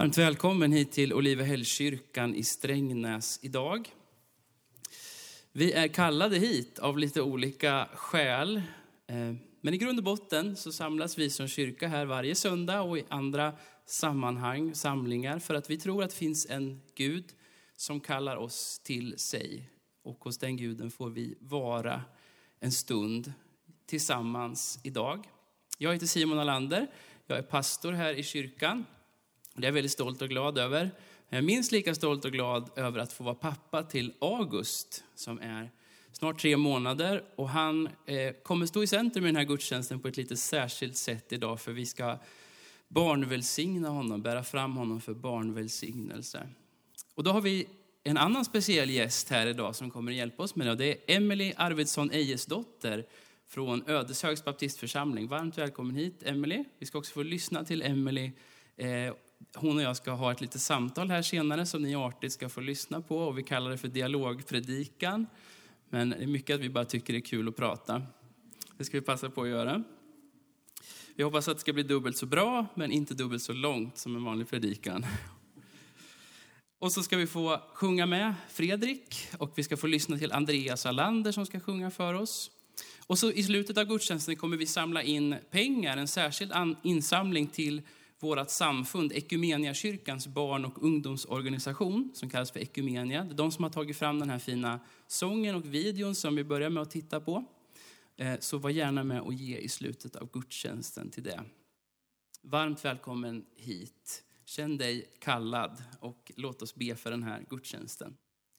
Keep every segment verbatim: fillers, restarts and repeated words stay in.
Varmt välkommen hit till Olivehällskyrkan i Strängnäs idag. Vi är kallade hit av lite olika skäl. Men i grund och botten så samlas vi som kyrka här varje söndag och i andra sammanhang, samlingar. För att vi tror att det finns en Gud som kallar oss till sig. Och hos den Guden får vi vara en stund tillsammans idag. Jag heter Simon Alander. Jag är pastor här i kyrkan. Det är jag väldigt stolt och glad över. Jag är minst lika stolt och glad över att få vara pappa till August som är snart tre månader. Och han eh, kommer stå i centrum i den här gudstjänsten på ett lite särskilt sätt idag. För vi ska barnvälsigna honom, bära fram honom för barnvälsignelse. Och då har vi en annan speciell gäst här idag som kommer att hjälpa oss med det. Och det är Emelie Arvidsson Ejesdotter från Ödeshögs baptistförsamling. Varmt välkommen hit, Emelie. Vi ska också få lyssna till Emelie. Eh, hon och jag ska ha ett litet samtal här senare som ni artigt ska få lyssna på. Och vi kallar det för dialogpredikan. Men det är mycket att vi bara tycker det är kul att prata. Det ska vi passa på att göra. Vi hoppas att det ska bli dubbelt så bra, men inte dubbelt så långt som en vanlig predikan. Och så ska vi få sjunga med Fredrik. Och vi ska få lyssna till Andreas Alander som ska sjunga för oss. Och så i slutet av gudstjänsten kommer vi samla in pengar. En särskild insamling till vårt samfund, Ekumeniakyrkans barn- och ungdomsorganisation som kallas för Ekumenia. Det är de som har tagit fram den här fina sången och videon som vi börjar med att titta på. Så var gärna med och ge i slutet av gudstjänsten till det. Varmt välkommen hit. Känn dig kallad och låt oss be för den här gudstjänsten.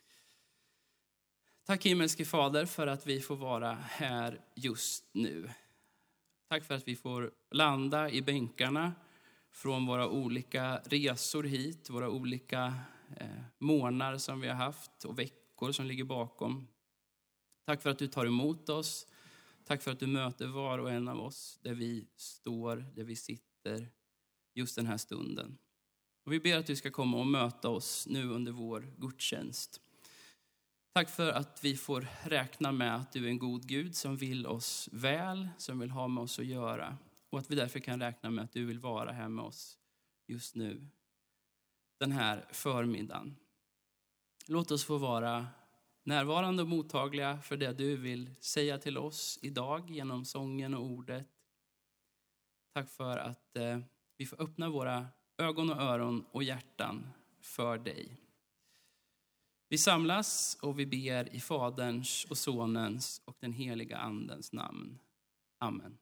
Tack himmelske Fader för att vi får vara här just nu. Tack för att vi får landa i bänkarna från våra olika resor hit, våra olika eh, månader som vi har haft och veckor som ligger bakom. Tack för att du tar emot oss. Tack för att du möter var och en av oss där vi står, där vi sitter just den här stunden. Och vi ber att du ska komma och möta oss nu under vår gudstjänst. Tack för att vi får räkna med att du är en god Gud som vill oss väl, som vill ha med oss att göra. Och att vi därför kan räkna med att du vill vara här med oss just nu, den här förmiddagen. Låt oss få vara närvarande och mottagliga för det du vill säga till oss idag genom sången och ordet. Tack för att eh, vi får öppna våra ögon och öron och hjärtan för dig. Vi samlas och vi ber i Faderns och Sonens och den heliga Andens namn. Amen.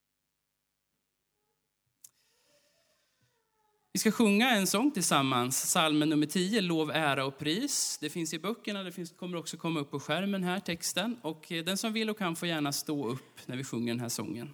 Vi ska sjunga en sång tillsammans, psalmen nummer tio, lov, ära och pris. Det finns i böckerna, det finns, kommer också komma upp på skärmen här, texten. Och den som vill och kan får gärna stå upp när vi sjunger den här sången.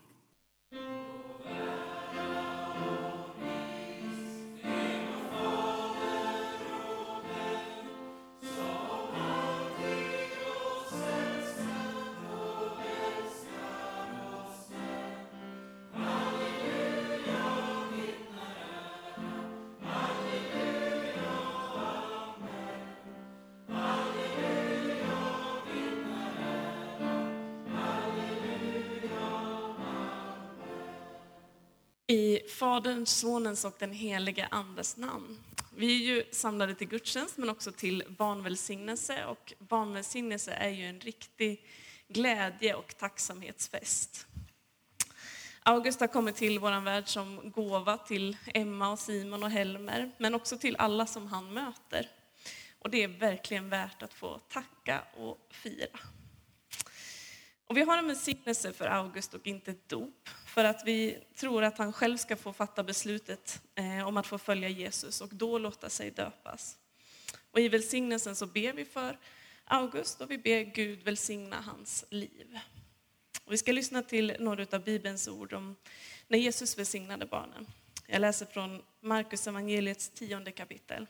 I Faderns, Sonens och den helige Andes namn. Vi är ju samlade till gudstjänst men också till barnvälsignelse. Och barnvälsignelse är ju en riktig glädje- och tacksamhetsfest. August har kommit till våran värld som gåva till Emma och Simon och Helmer. Men också till alla som han möter. Och det är verkligen värt att få tacka och fira. Och vi har en välsignelse för August och inte ett dop. För att vi tror att han själv ska få fatta beslutet eh, om att få följa Jesus och då låta sig döpas. Och i välsignelsen så ber vi för August och vi ber Gud välsigna hans liv. Och vi ska lyssna till några av Bibelns ord om när Jesus välsignade barnen. Jag läser från Markus evangeliets tionde kapitel.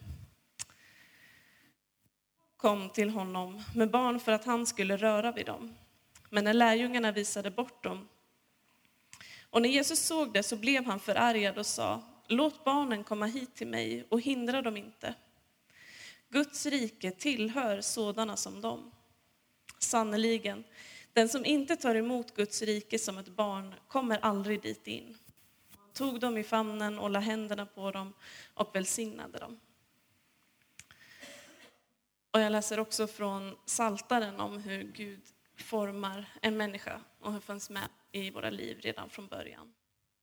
Kom till honom med barn för att han skulle röra vid dem. Men när lärjungarna visade bort dem. Och när Jesus såg det så blev han förargad och sa: låt barnen komma hit till mig och hindra dem inte. Guds rike tillhör sådana som dem. Sannoliken, den som inte tar emot Guds rike som ett barn kommer aldrig dit in. tog dem i famnen och la händerna på dem och välsignade dem. Och jag läser också från Psaltaren om hur Gud formar en människa och hur fanns med i våra liv redan från början.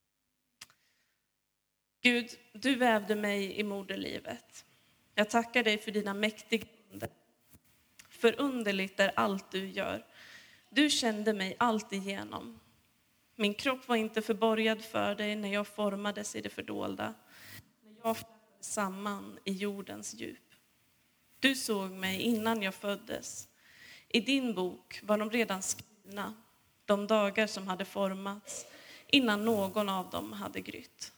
Gud, du vävde mig i moderlivet. Jag tackar dig för dina mäktiga under. Förunderligt är allt du gör. Du kände mig allt igenom. Min kropp var inte förborgad för dig när jag formades i det fördolda. När jag flätades samman i jordens djup. Du såg mig innan jag föddes. I din bok var de redan skrivna. De dagar som hade formats innan någon av dem hade grytt.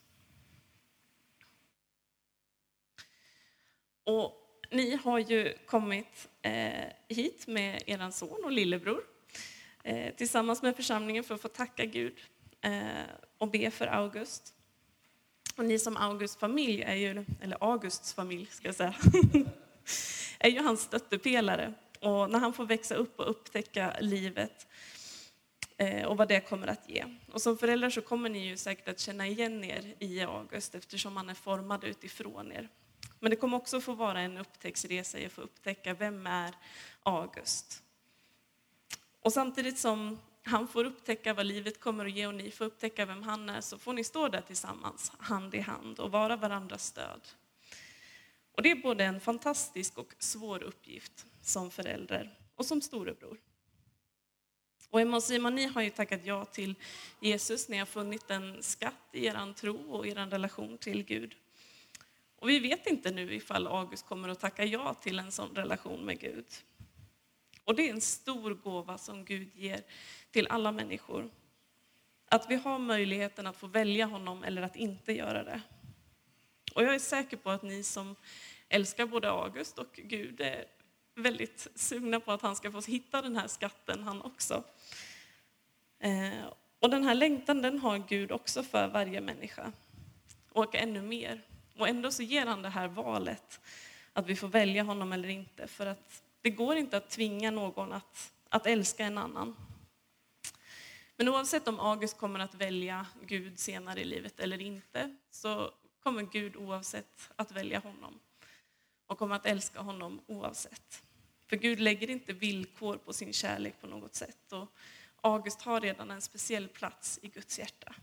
Och ni har ju kommit eh, hit med er son och lillebror. Eh, tillsammans med församlingen för att få tacka Gud eh, och be för August. Och ni som Augusts familj är ju, eller Augusts familj ska jag säga, är ju hans stöttepelare. Och när han får växa upp och upptäcka livet eh, och vad det kommer att ge. Och som föräldrar så kommer ni ju säkert att känna igen er i August eftersom han är formad utifrån er. Men det kommer också få vara en upptäcktsresa i att få upptäcka vem är August. Och samtidigt som han får upptäcka vad livet kommer att ge och ni får upptäcka vem han är, så får ni stå där tillsammans, hand i hand, och vara varandras stöd. Och det är både en fantastisk och svår uppgift som förälder och som storebror. Och Emma och Simon, ni har ju tackat ja till Jesus. Ni har funnit en skatt i er tro och er relation till Gud. Och vi vet inte nu ifall August kommer att tacka ja till en sån relation med Gud. Och det är en stor gåva som Gud ger till alla människor. Att vi har möjligheten att få välja honom eller att inte göra det. Och jag är säker på att ni som älskar både August och Gud är väldigt sugna på att han ska få hitta den här skatten han också. Eh, och den här längtan, den har Gud också för varje människa. Och ännu mer. Och ändå så ger han det här valet att vi får välja honom eller inte. För att det går inte att tvinga någon att, att älska en annan. Men oavsett om August kommer att välja Gud senare i livet eller inte, så kommer Gud oavsett att välja honom. Och kommer att älska honom oavsett. För Gud lägger inte villkor på sin kärlek på något sätt. Och August har redan en speciell plats i Guds hjärta.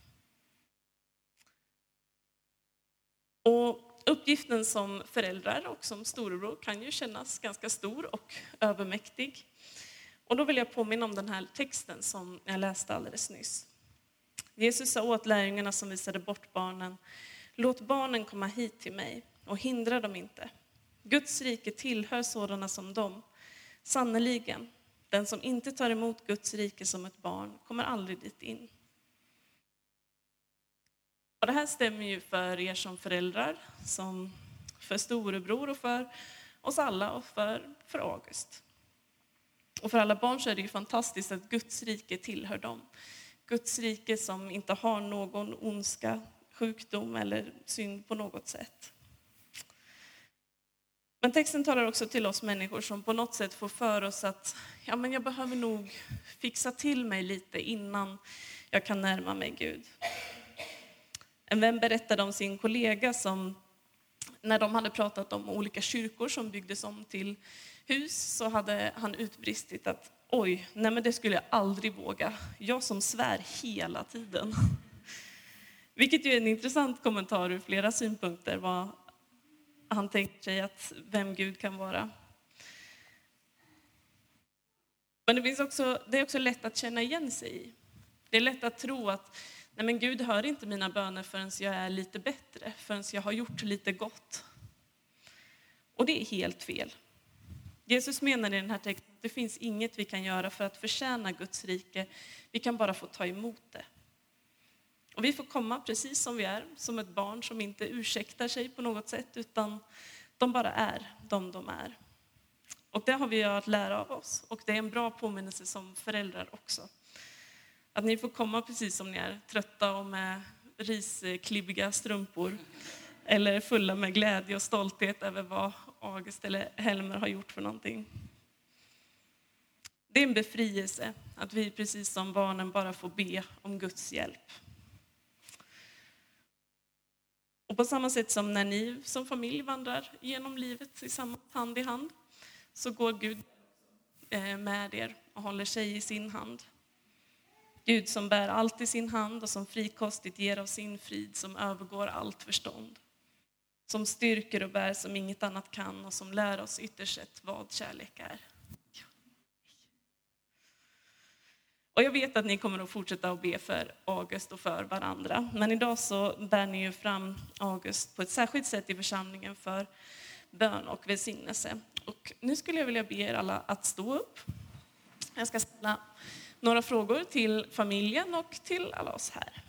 Och uppgiften som föräldrar och som storebror kan ju kännas ganska stor och övermäktig. Och då vill jag påminna om den här texten som jag läste alldeles nyss. Jesus sa åt lärjungarna som visade bort barnen: låt barnen komma hit till mig och hindra dem inte. Guds rike tillhör sådana som dem. Sannoliken, den som inte tar emot Guds rike som ett barn kommer aldrig dit in. Och det här stämmer ju för er som föräldrar, som för storebror och för oss alla och för, för August. Och för alla barn så är det ju fantastiskt att Guds rike tillhör dem. Guds rike som inte har någon ondska, sjukdom eller synd på något sätt. Men texten talar också till oss människor som på något sätt får för oss att ja, men jag behöver nog fixa till mig lite innan jag kan närma mig Gud. En vän berättade om sin kollega som när de hade pratat om olika kyrkor som byggdes om till hus, så hade han utbristit att oj, nej men det skulle jag aldrig våga. Jag som svär hela tiden. Vilket ju är en intressant kommentar ur flera synpunkter vad han tänker sig att vem Gud kan vara. Men det finns också, det är också lätt att känna igen sig i. Det är lätt att tro att nej men Gud hör inte mina böner förrän jag är lite bättre, förrän jag har gjort lite gott. Och det är helt fel. Jesus menar i den här texten att det finns inget vi kan göra för att förtjäna Guds rike. Vi kan bara få ta emot det. Och vi får komma precis som vi är, som ett barn som inte ursäktar sig på något sätt, utan de bara är de de är. Och det har vi att lära av oss. Och det är en bra påminnelse som föräldrar också. Att ni får komma precis som ni är, trötta och med risklibbiga strumpor. Eller fulla med glädje och stolthet över vad August eller Helmer har gjort för någonting. Det är en befrielse att vi precis som barnen bara får be om Guds hjälp. Och på samma sätt som när ni som familj vandrar genom livet tillsammans hand i hand, så går Gud med er och håller sig i sin hand. Gud som bär allt i sin hand och som frikostigt ger av sin frid som övergår allt förstånd. Som styrker och bär som inget annat kan och som lär oss ytterst sett vad kärlek är. Och jag vet att ni kommer att fortsätta att be för August och för varandra. Men idag så bär ni ju fram August på ett särskilt sätt i församlingen för bön och välsignelse. Och nu skulle jag vilja be er alla att stå upp. Jag ska ställa några frågor till familjen och till alla oss här.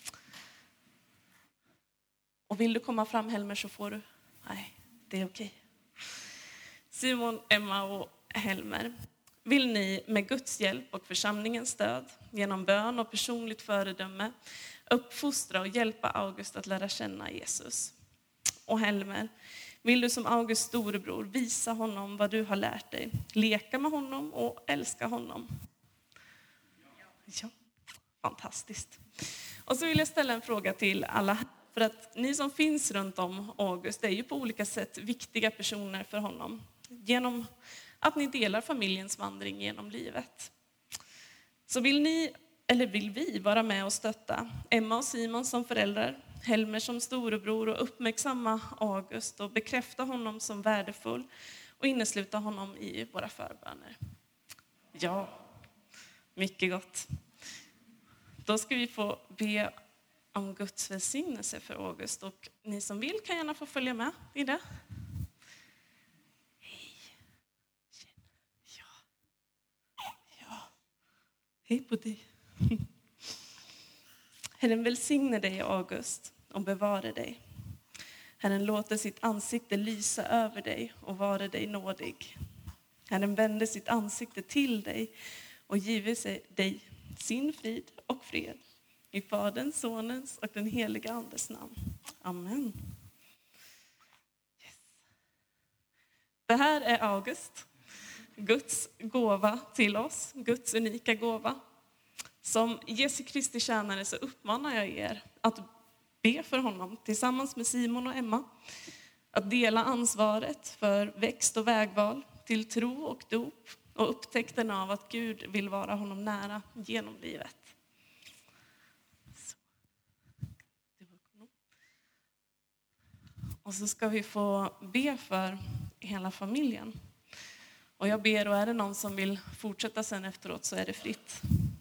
Och vill du komma fram, Helmer, så får du. Nej, det är okej. Simon, Emma och Helmer. Vill ni med Guds hjälp och församlingens stöd genom bön och personligt föredöme uppfostra och hjälpa August att lära känna Jesus? Och Helmer, vill du som Augusts storebror visa honom vad du har lärt dig? Leka med honom och älska honom. Ja, fantastiskt. Och så vill jag ställa en fråga till alla. För att ni som finns runt om August är ju på olika sätt viktiga personer för honom. Genom att ni delar familjens vandring genom livet. Så vill ni, eller vill vi, vara med och stötta Emma och Simon som föräldrar, Helmer som storebror och uppmärksamma August och bekräfta honom som värdefull och innesluta honom i våra förböner? Ja, mycket gott. Då ska vi få be om Guds välsignelse för August och ni som vill kan gärna få följa med i det. Hej på dig. Herren välsigne dig, August, och bevare dig. Herren låter sitt ansikte lysa över dig och vara dig nådig. Herren vände sitt ansikte till dig och giver sig dig sin frid och fred. I Faderns, Sonens och den heliga Andes namn. Amen. Yes. Det här är August. Guds gåva till oss, Guds unika gåva. Som Jesu Kristi tjänare så uppmanar jag er att be för honom tillsammans med Simon och Emma. Att dela ansvaret för växt och vägval till tro och dop och upptäckten av att Gud vill vara honom nära genom livet. Och så ska vi få be för hela familjen. Och jag ber, och är det någon som vill fortsätta sen efteråt så är det fritt.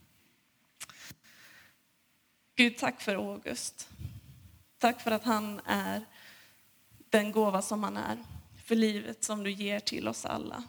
Gud, tack för August. Tack för att han är den gåva som han är. För livet som du ger till oss alla.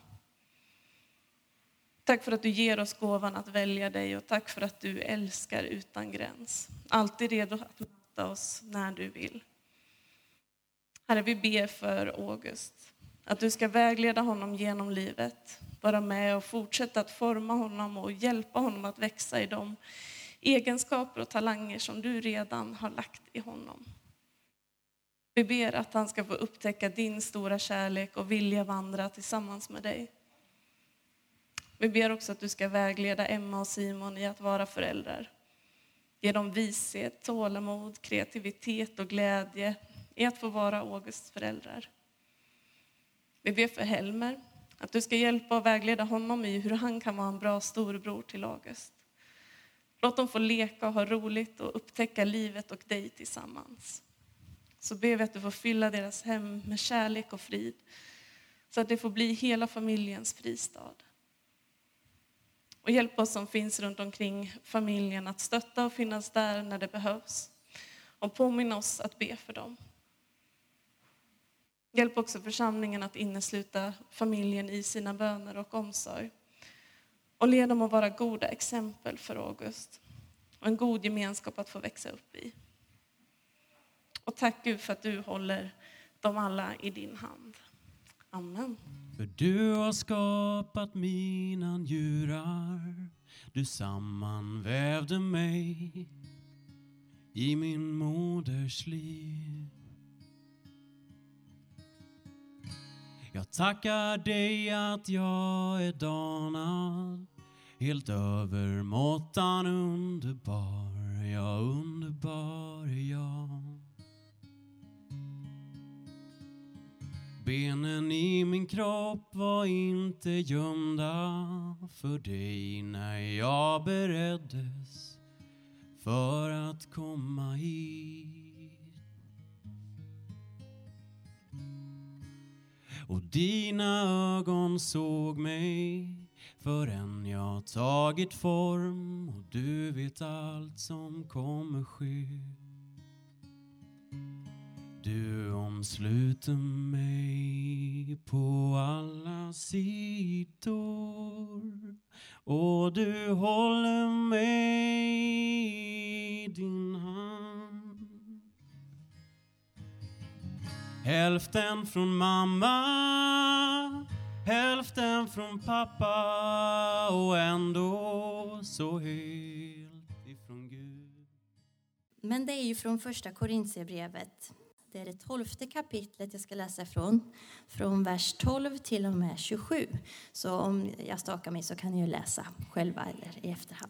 Tack för att du ger oss gåvan att välja dig och tack för att du älskar utan gräns. Alltid redo att möta oss när du vill. Herre, vi ber för August. Att du ska vägleda honom genom livet. Vara med och fortsätta att forma honom och hjälpa honom att växa i de egenskaper och talanger som du redan har lagt i honom. Vi ber att han ska få upptäcka din stora kärlek och vilja vandra tillsammans med dig. Vi ber också att du ska vägleda Emma och Simon i att vara föräldrar. Ge dem vishet, tålamod, kreativitet och glädje i att få vara Augusts föräldrar. Vi ber för Helmer att du ska hjälpa och vägleda honom i hur han kan vara en bra storebror till August. Låt dem få leka och ha roligt och upptäcka livet och dig tillsammans. Så ber vi att du får fylla deras hem med kärlek och frid. Så att det får bli hela familjens fristad. Och hjälp oss som finns runt omkring familjen att stötta och finnas där när det behövs. Och påminna oss att be för dem. Hjälp också församlingen att innesluta familjen i sina böner och omsorg. Och led dem att vara goda exempel för August. Och en god gemenskap att få växa upp i. Och tack Gud för att du håller dem alla i din hand. Amen. För du har skapat mina njurar. Du sammanvävde mig i min moders liv. Jag tackar dig att jag är danad, helt övermåttan underbar, ja underbar är jag. Benen i min kropp var inte gömda för dig när jag bereddes för att komma hit. Och dina ögon såg mig förrän jag tagit form, och du vet allt som kommer ske. Du omsluter mig på alla sidor, och du håller mig i din hand. Hälften från mamma, hälften från pappa, och ändå så helt ifrån Gud. Men det är ju från första Korintierbrevet. Det är det tolfte kapitlet jag ska läsa ifrån. Från vers tolv till och med tjugosju. Så om jag stakar mig så kan ni ju läsa själva eller i efterhand.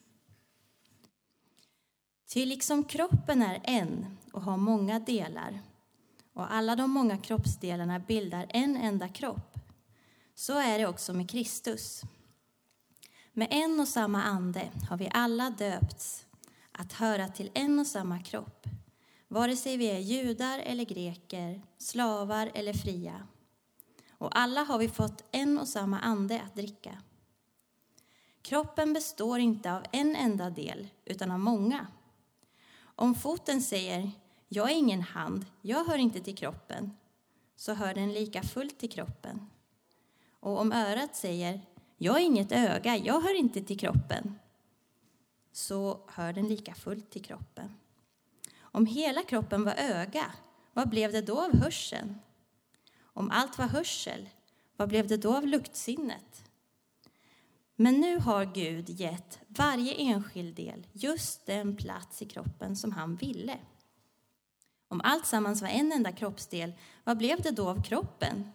Ty liksom kroppen är en och har många delar, och alla de många kroppsdelarna bildar en enda kropp, så är det också med Kristus. Med en och samma ande har vi alla döpts att höra till en och samma kropp, vare sig vi är judar eller greker, slavar eller fria. Och alla har vi fått en och samma ande att dricka. Kroppen består inte av en enda del, utan av många. Om foten säger, jag är ingen hand, jag hör inte till kroppen, så hör den lika fullt till kroppen. Och om örat säger, jag är inget öga, jag hör inte till kroppen, så hör den lika fullt till kroppen. Om hela kroppen var öga, vad blev det då av hörseln? Om allt var hörsel, vad blev det då av luktsinnet? Men nu har Gud gett varje enskild del just den plats i kroppen som han ville. Om allt sammans var en enda kroppsdel, vad blev det då av kroppen?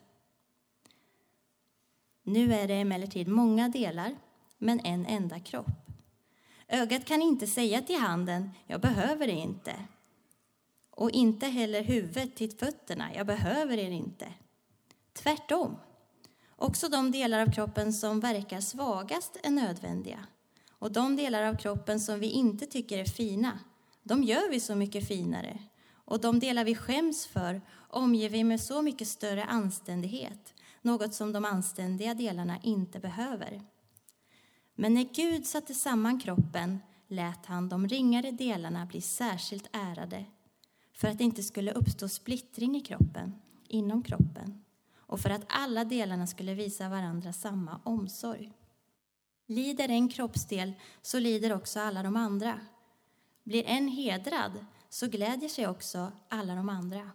Nu är det emellertid många delar, men en enda kropp. Ögat kan inte säga till handen, jag behöver det inte. Och inte heller huvudet till fötterna, jag behöver er inte. Tvärtom. Också de delar av kroppen som verkar svagast är nödvändiga. Och de delar av kroppen som vi inte tycker är fina, de gör vi så mycket finare. Och de delar vi skäms för omger vi med så mycket större anständighet. Något som de anständiga delarna inte behöver. Men när Gud satte samman kroppen lät han de ringare delarna bli särskilt ärade. För att det inte skulle uppstå splittring i kroppen, inom kroppen. Och för att alla delarna skulle visa varandra samma omsorg. Lider en kroppsdel så lider också alla de andra. Blir en hedrad så glädjer sig också alla de andra.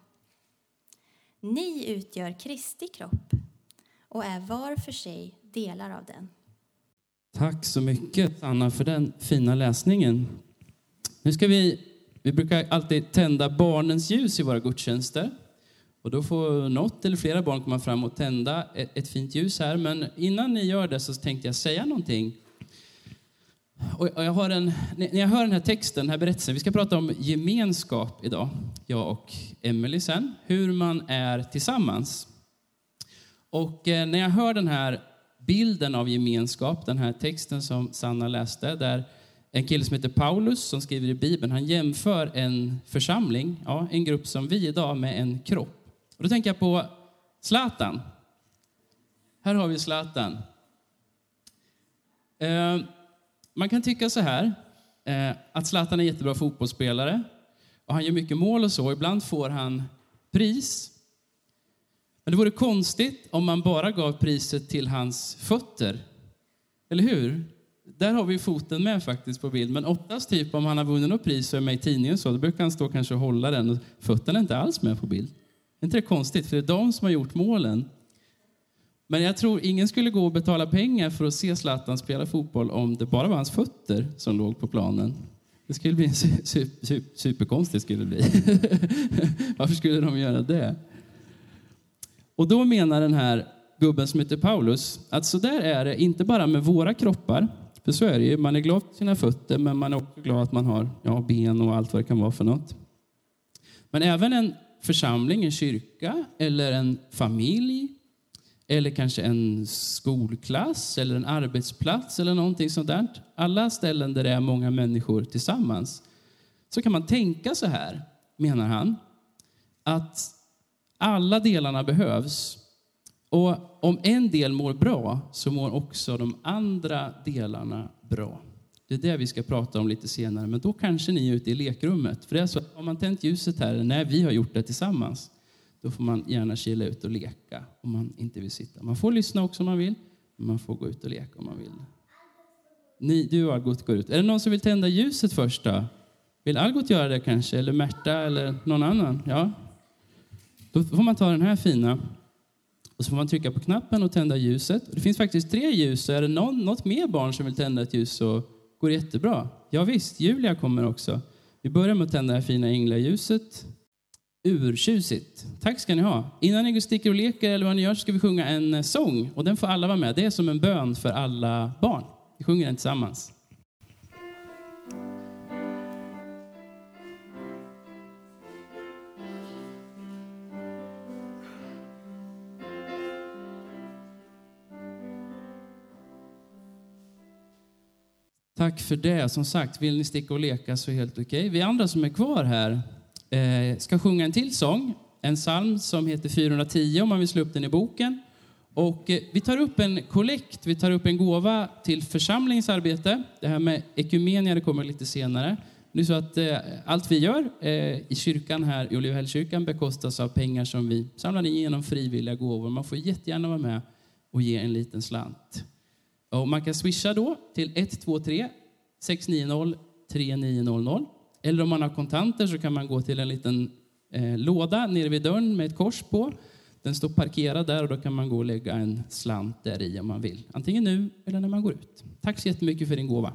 Ni utgör Kristi kropp och är var för sig delar av den. Tack så mycket, Anna, för den fina läsningen. Nu ska vi, vi brukar alltid tända barnens ljus i våra gudstjänster. Och då får något eller flera barn komma fram och tända ett, ett fint ljus här. Men innan ni gör det så tänkte jag säga någonting. Och jag har en, när jag hör den här texten, den här berättelsen, vi ska prata om gemenskap idag, jag och Emily sen, hur man är tillsammans. Och när jag hör den här bilden av gemenskap, den här texten som Sanna läste, där en kille som heter Paulus som skriver i Bibeln, han jämför en församling, ja, en grupp som vi idag, med en kropp. Och då tänker jag på Zlatan. Här har vi Zlatan. Eh, man kan tycka så här, eh, att Zlatan är en jättebra fotbollsspelare. Och han gör mycket mål och så. Ibland får han pris. Men det vore konstigt om man bara gav priset till hans fötter. Eller hur? Där har vi foten med faktiskt på bild. Men oftast typ om han har vunnit något pris så är med i tidningen så, då brukar han stå kanske och hålla den. Och fötterna är inte alls med på bild. Det är inte det konstigt, för det är de som har gjort målen. Men jag tror ingen skulle gå och betala pengar för att se Zlatan spela fotboll om det bara var hans fötter som låg på planen. Det skulle bli super, super, superkonstigt skulle det bli. Varför skulle de göra det? Och då menar den här gubben som heter Paulus att så där är det inte bara med våra kroppar. För så är det ju, man är glad för sina fötter, men man är också glad att man har ja, ben och allt vad det kan vara för något. Men även en församling, en kyrka eller en familj eller kanske en skolklass eller en arbetsplats eller någonting sånt där. Alla ställen där det är många människor tillsammans. Så kan man tänka så här, menar han, att alla delarna behövs. Och om en del mår bra så mår också de andra delarna bra. Det är det vi ska prata om lite senare. Men då kanske ni är ute i lekrummet. För det är så att om man tänt ljuset här, när vi har gjort det tillsammans, då får man gärna kila ut och leka om man inte vill sitta. Man får lyssna också om man vill. Men man får gå ut och leka om man vill. Ni, du och Algot går ut. Är det någon som vill tända ljuset först då? Vill Algot göra det kanske? Eller Märta eller någon annan? Ja. Då får man ta den här fina. Och så får man trycka på knappen och tända ljuset. Det finns faktiskt tre ljus. Så är det någon, något mer barn som vill tända ett ljus så går det jättebra. Ja visst, Julia kommer också. Vi börjar med att tända det här fina änglaljuset. Urtjusigt. Tack ska ni ha. Innan ni sticker och leker eller vad ni gör ska vi sjunga en sång. Och den får alla vara med. Det är som en bön för alla barn. Vi sjunger den tillsammans. Tack för det. Som sagt, vill ni sticka och leka så är det helt okej. Okay. Vi andra som är kvar här eh, ska sjunga en till sång. En psalm som heter fyrahundratio om man vill slå upp den i boken. Och eh, vi tar upp en kollekt, vi tar upp en gåva till församlingsarbete. Det här med ekumenia, det kommer lite senare. Det är så att eh, allt vi gör eh, i kyrkan här i Olivehällskyrkan bekostas av pengar som vi samlar in genom frivilliga gåvor. Man får jättegärna vara med och ge en liten slant. Och man kan swisha då till ett två tre sex nio noll tre nio noll noll. Eller om man har kontanter så kan man gå till en liten eh, låda nere vid dörren med ett kors på. Den står parkerad där och då kan man gå och lägga en slant där i om man vill. Antingen nu eller när man går ut. Tack så jättemycket för din gåva.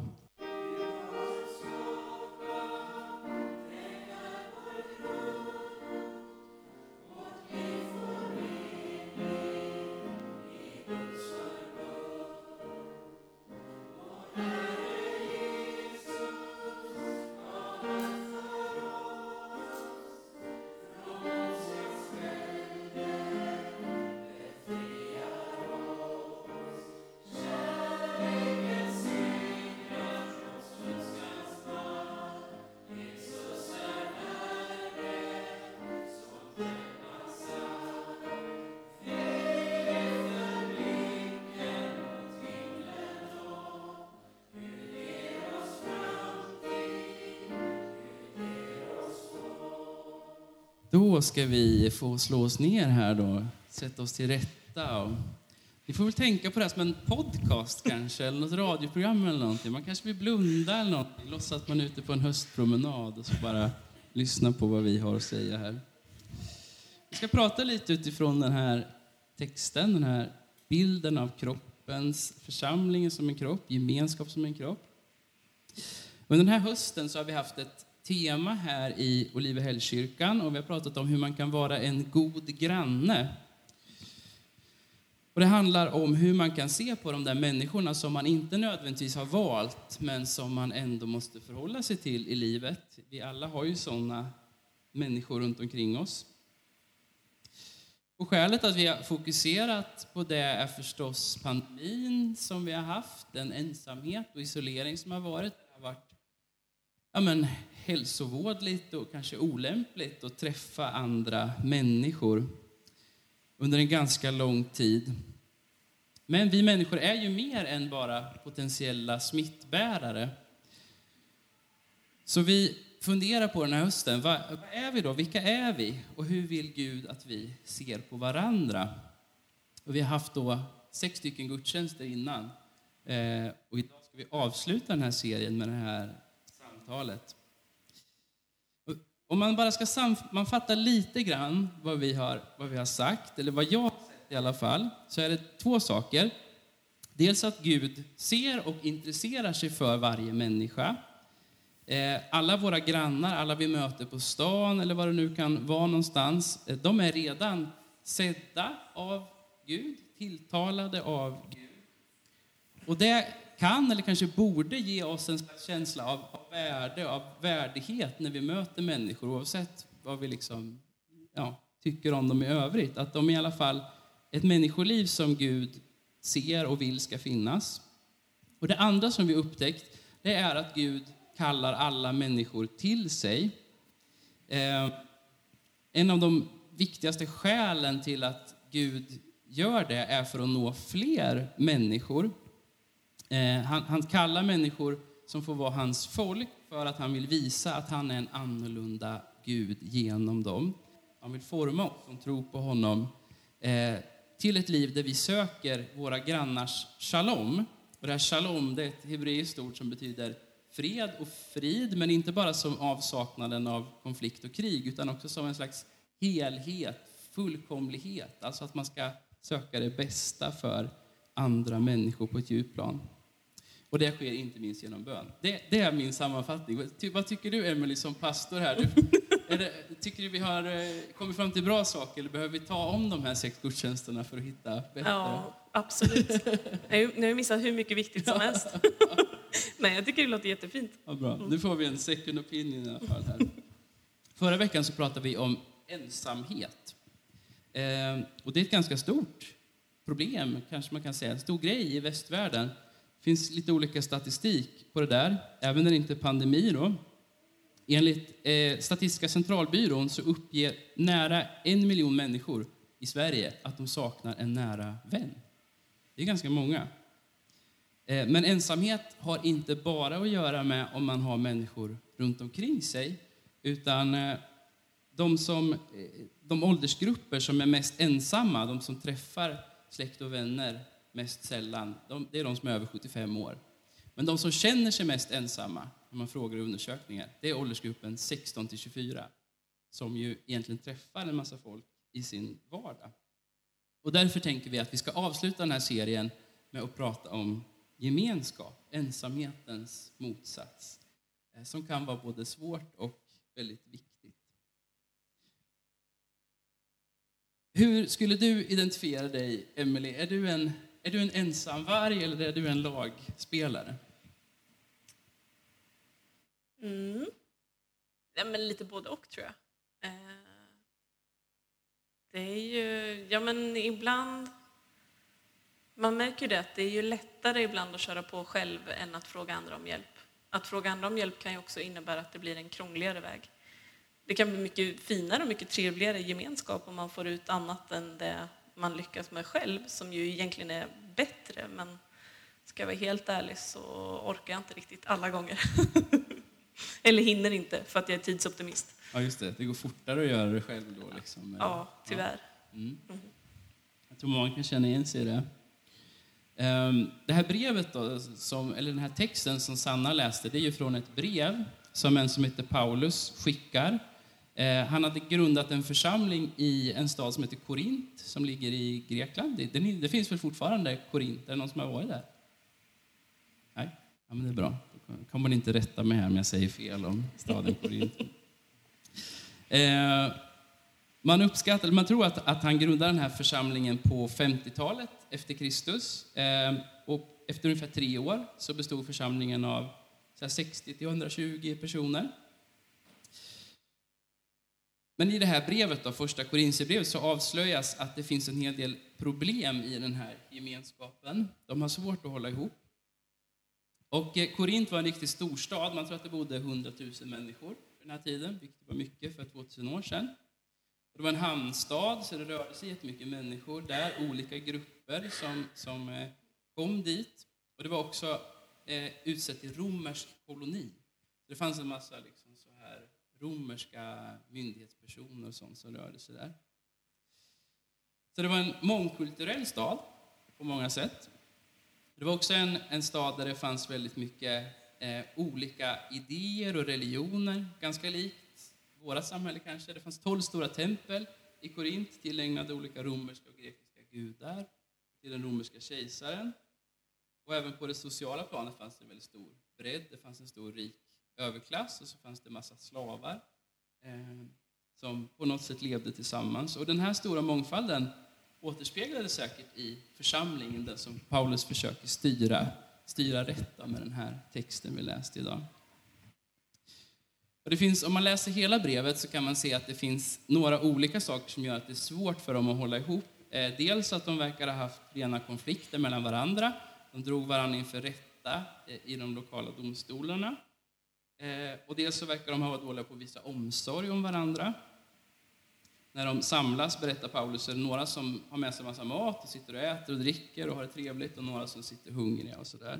Då ska vi få slå oss ner här då, sätta oss till rätta. Och ni får väl tänka på det här som en podcast kanske, eller något radioprogram eller någonting. Man kanske vill blunda eller någonting, låtsas att man är ute på en höstpromenad och så bara lyssna på vad vi har att säga här. Vi ska prata lite utifrån den här texten, den här bilden av kroppens, församlingen som en kropp, gemenskap som en kropp. Under den här hösten så har vi haft ett tema här i Olivehällskyrkan och vi har pratat om hur man kan vara en god granne. Och det handlar om hur man kan se på de där människorna som man inte nödvändigtvis har valt men som man ändå måste förhålla sig till i livet. Vi alla har ju sådana människor runt omkring oss. Och skälet att vi har fokuserat på det är förstås pandemin som vi har haft, den ensamhet och isolering som har varit. Det har varit ja, men, hälsovådligt och kanske olämpligt att träffa andra människor under en ganska lång tid. Men vi människor är ju mer än bara potentiella smittbärare. Så vi funderar på den här hösten. Vad, vad är vi då? Vilka är vi? Och hur vill Gud att vi ser på varandra? Och vi har haft då sex stycken gudstjänster innan. Eh, och idag ska vi avsluta den här serien med det här samtalet. Om man bara ska sammanfatta lite grann vad vi har, vad vi har sagt, eller vad jag har sett i alla fall, så är det två saker. Dels att Gud ser och intresserar sig för varje människa. Alla våra grannar, alla vi möter på stan eller vad det nu kan vara någonstans, de är redan sedda av Gud, tilltalade av Gud. Och det kan eller kanske borde ge oss en känsla av, av värde, av värdighet när vi möter människor, oavsett vad vi liksom ja, tycker om dem i övrigt. Att de i alla fall ett människoliv som Gud ser och vill ska finnas. Och det andra som vi upptäckt, det är att Gud kallar alla människor till sig. Eh, en av de viktigaste skälen till att Gud gör det är för att nå fler människor. Eh, han, han kallar människor som får vara hans folk för att han vill visa att han är en annorlunda Gud genom dem. Han vill forma oss som tror på honom eh, till ett liv där vi söker våra grannars shalom. Och det här shalom, det är ett hebreiskt ord som betyder fred och frid, men inte bara som avsaknaden av konflikt och krig, utan också som en slags helhet, fullkomlighet. Alltså att man ska söka det bästa för andra människor på ett djupplan. Och det sker inte minst genom bön. Det, det är min sammanfattning. Ty, vad tycker du, Emily, som pastor här? Du, är det, tycker du vi har kommit fram till bra saker, eller behöver vi ta om de här sex gudstjänsterna för att hitta bättre? Ja, absolut. Nu har jag missat hur mycket viktigt som helst. Nej, jag tycker det låter jättefint. Ja, bra. Nu får vi en second opinion i alla fall här. Förra veckan så pratade vi om ensamhet. Eh, och det är ett ganska stort problem, kanske man kan säga. En stor grej i västvärlden. Det finns lite olika statistik på det där, även när det inte är pandemi då. Enligt eh, Statistiska centralbyrån så uppger nära en miljon människor i Sverige att de saknar en nära vän. Det är ganska många. Eh, men ensamhet har inte bara att göra med om man har människor runt omkring sig, utan eh, de, som, eh, de åldersgrupper som är mest ensamma, de som träffar släkt och vänner mest sällan, de, det är de som är över sjuttiofem år. Men de som känner sig mest ensamma, när man frågar i undersökningar, det är åldersgruppen sexton till tjugofyra, som ju egentligen träffar en massa folk i sin vardag. Och därför tänker vi att vi ska avsluta den här serien med att prata om gemenskap, ensamhetens motsats, som kan vara både svårt och väldigt viktigt. Hur skulle du identifiera dig, Emily? Är du en, är du en ensamvarg eller är du en lagspelare? Mm. Ja, men lite både och, tror jag. Eh, det är ju, ja men ibland, man märker ju det att det är ju lättare ibland att köra på själv än att fråga andra om hjälp. Att fråga andra om hjälp kan ju också innebära att det blir en krångligare väg. Det kan bli mycket finare och mycket trevligare gemenskap om man får ut annat än det man lyckas med själv, som ju egentligen är bättre, men ska jag vara helt ärlig så orkar jag inte riktigt alla gånger. Eller hinner inte, för att jag är tidsoptimist. Ja, just det. Det går fortare att göra det själv då. Liksom. Ja, tyvärr. Ja. Mm. Jag tror många kan känna igen sig i det. Det här brevet då, som, eller den här texten som Sanna läste, det är ju från ett brev som en som heter Paulus skickar. Han hade grundat en församling i en stad som heter Korint, som ligger i Grekland. Det, det, det finns väl fortfarande Korint? Är det någon som har varit där? Nej, ja, men det är bra. Då kommer man inte rätta mig här om jag säger fel om staden Korint. Eh, man uppskattar, man tror att, att han grundade den här församlingen på femtiotalet efter Kristus. Eh, och efter ungefär tre år så bestod församlingen av så här sextio till hundratjugo personer. Men i det här brevet, då, första Korinthierbrevet, så avslöjas att det finns en hel del problem i den här gemenskapen. De har svårt att hålla ihop. Och Korint var en riktigt stor stad. Man tror att det bodde hundratusen människor på den här tiden, vilket var mycket för tvåtusen år sedan. Och det var en hamnstad, så det rörde sig jättemycket människor där, olika grupper som, som kom dit. Och det var också eh, utsett till romersk koloni. Det fanns en massa liksom, så här romerska myndighetspersoner och sånt som rörde sig där. Så det var en mångkulturell stad på många sätt. Det var också en, en stad där det fanns väldigt mycket eh, olika idéer och religioner, ganska likt våra samhälle kanske. Det fanns tolv stora tempel i Korint tillägnade olika romerska och grekiska gudar till den romerska kejsaren. Och även på det sociala planet fanns det en väldigt stor bredd. Det fanns en stor rik överklass och så fanns det en massa slavar eh, som på något sätt levde tillsammans. Och den här stora mångfalden återspeglades säkert i församlingen, där som Paulus försöker styra, styra rätta med den här texten vi läste idag. Och det finns, om man läser hela brevet så kan man se att det finns några olika saker som gör att det är svårt för dem att hålla ihop. Eh, dels att de verkar ha haft rena konflikter mellan varandra. De drog varandra inför rätta eh, i de lokala domstolarna. Eh, och dels så verkar de ha varit dåliga på att visa omsorg om varandra. När de samlas, berättar Paulus, är det några som har med sig en massa mat och sitter och äter och dricker och har det trevligt, och några som sitter hungriga och sådär.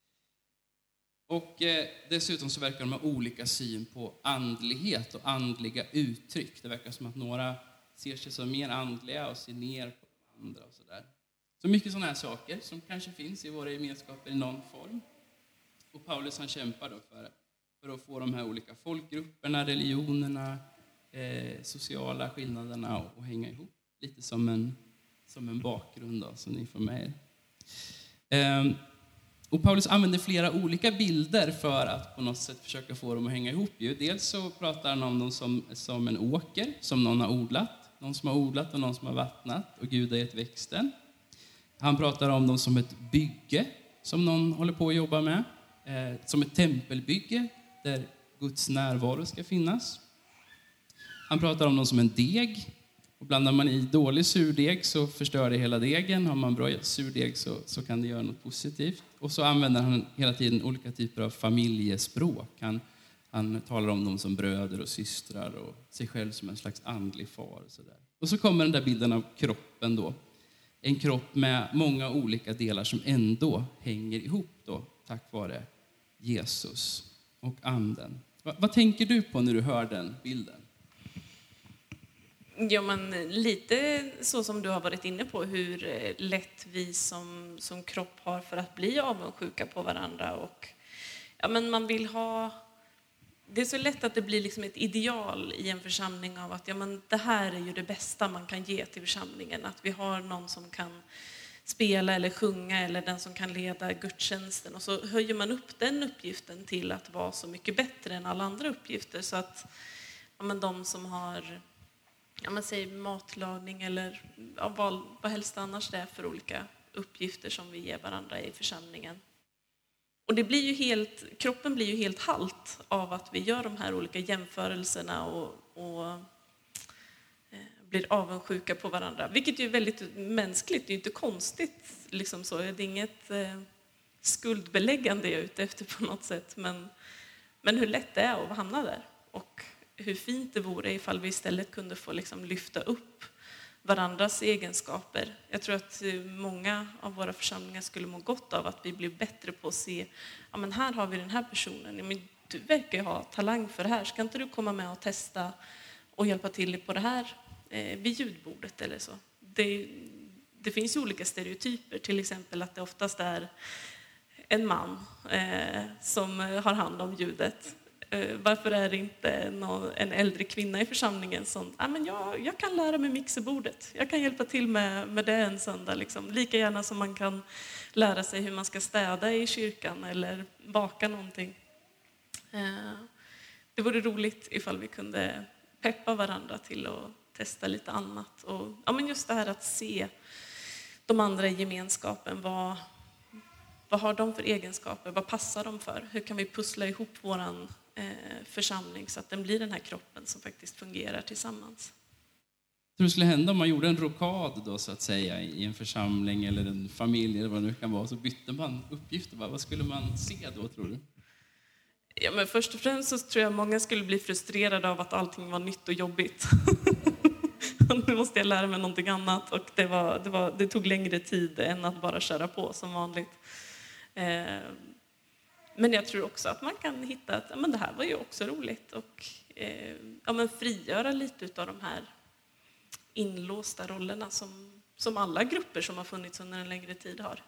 Och eh, dessutom så verkar de ha olika syn på andlighet och andliga uttryck. Det verkar som att några ser sig som mer andliga och ser ner på de andra och sådär. Så mycket sådana här saker som kanske finns i våra gemenskaper i någon form. Och Paulus han kämpar då för, för att få de här olika folkgrupperna, religionerna, eh, sociala skillnaderna och, och hänga ihop. Lite som en, som en bakgrund då, som ni får med er. Eh, Och Paulus använder flera olika bilder för att på något sätt försöka få dem att hänga ihop. Dels så pratar han om dem som, som en åker, som någon har odlat. Någon som har odlat och någon som har vattnat, och Gud har gett växten. Han pratar om dem som ett bygge som någon håller på att jobba med. Eh, som ett tempelbygge där Guds närvaro ska finnas. Han pratar om dem som en deg. Och blandar man i dålig surdeg så förstör det hela degen. Har man bra surdeg så, så kan det göra något positivt. Och så använder han hela tiden olika typer av familjespråk. Han, han talar om dem som bröder och systrar och sig själv som en slags andlig far. Och så, där. Och så kommer den där bilden av kroppen då. En kropp med många olika delar som ändå hänger ihop då, tack vare Jesus och anden. Va, vad tänker du på när du hör den bilden? Ja, men lite så som du har varit inne på, hur lätt vi som, som kropp har för att bli avundsjuka på varandra. Och, ja, men man vill ha... Det är så lätt att det blir liksom ett ideal i en församling av att ja, men det här är ju det bästa man kan ge till församlingen. Att vi har någon som kan spela eller sjunga, eller den som kan leda gudstjänsten. Och så höjer man upp den uppgiften till att vara så mycket bättre än alla andra uppgifter. Så att ja, men de som har... Ja, man säger matlagning eller ja, vad, vad helst annars det är för olika uppgifter som vi ger varandra i församlingen. Och det blir ju helt, kroppen blir ju helt halt av att vi gör de här olika jämförelserna och, och eh, blir avundsjuka på varandra. Vilket är väldigt mänskligt, det är ju inte konstigt. Liksom så. Det är inget eh, skuldbeläggande jag är ute efter på något sätt. Men, men hur lätt det är att hamna där. Och hur fint det vore ifall vi istället kunde få liksom lyfta upp varandras egenskaper. Jag tror att många av våra församlingar skulle må gott av att vi blir bättre på att se, ja men här har vi den här personen, ja, men du verkar ju ha talang för det här, ska inte du komma med och testa och hjälpa till på det här eh, vid ljudbordet eller så. Det, det finns ju olika stereotyper, till exempel att det oftast är en man eh, som har hand om ljudet. Varför är det inte någon, en äldre kvinna i församlingen som ah, men jag, jag kan lära mig mixerbordet. Jag kan hjälpa till med, med det en söndag. Liksom. Lika gärna som man kan lära sig hur man ska städa i kyrkan eller baka någonting. Det vore roligt ifall vi kunde peppa varandra till att testa lite annat. Och, ja, men just det här att se de andra i gemenskapen. Vad, vad har de för egenskaper? Vad passar de för? Hur kan vi pussla ihop våran församling så att den blir den här kroppen som faktiskt fungerar tillsammans. Jag tror det skulle hända om man gjorde en rokad då, så att säga, i en församling eller en familj eller vad det nu kan vara, så bytte man uppgifter. Vad skulle man se då, tror du? Ja, men först och främst så tror jag många skulle bli frustrerade av att allting var nytt och jobbigt. Nu måste jag lära mig någonting annat, och det, var, det, var, det tog längre tid än att bara köra på som vanligt. Eh, Men jag tror också att man kan hitta att ja, men det här var ju också roligt, och eh, ja, men frigöra lite av de här inlåsta rollerna som, som alla grupper som har funnits under en längre tid har.